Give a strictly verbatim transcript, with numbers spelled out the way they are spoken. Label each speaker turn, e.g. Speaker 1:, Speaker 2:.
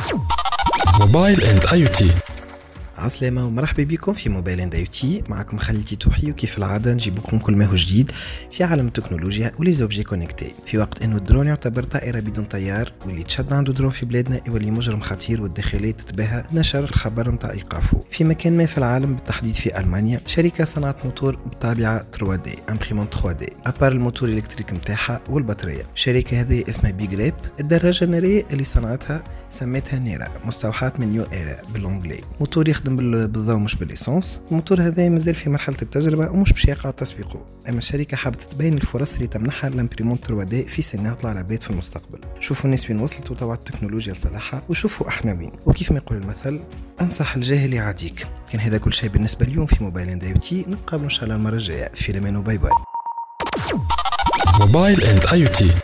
Speaker 1: موبايل اند اي تي.
Speaker 2: عسلامة ومرحبا بكم في موبايل اند اي تي. معكم خالتي توحي، وكيف العادة نجيب لكم كل ما هو جديد في عالم التكنولوجيا وليزوبجي كونيكتي. في وقت انه الدرون يعتبر طائرة بدون طيار، واللي تشد عنده درون في بلادنا يولي مجرم خطير، والداخلية تتباهى نشر الخبر متاع ايقافه. في مكان ما في العالم، بالتحديد في المانيا، شركة صنعت موتور بالطابعة ثري دي امبريمونت ثري دي ابار الموتور الكتريك متاعها والبطارية. الشركة هذه اسمها بيج ريب. الدراجة النارية اللي صنعتها سميتها نيرا، مستوحاة من نيو ايرا بالانجلي. موتور يخدم بالضوء مش بالإسانس. الموتور هذا مازال في مرحلة التجربة ومش باش يقع تسويقه، أما الشركة حابة تبين الفرص اللي تمنحها الامبريمونت ثري دي في صناعة العربيات في المستقبل. شوفوا الناس وين وصلت وتوا التكنولوجيا صلاحها، وشوفوا احنا وين. وكيف ما يقول المثل، انصح الجاهل يعاديك. كان هذا كل شيء بالنسبة اليوم في موبايل اند اي تي. نتقابل ان شاء الله المرة الجاية في رمان وباي باي.
Speaker 1: موبايل اند اي تي.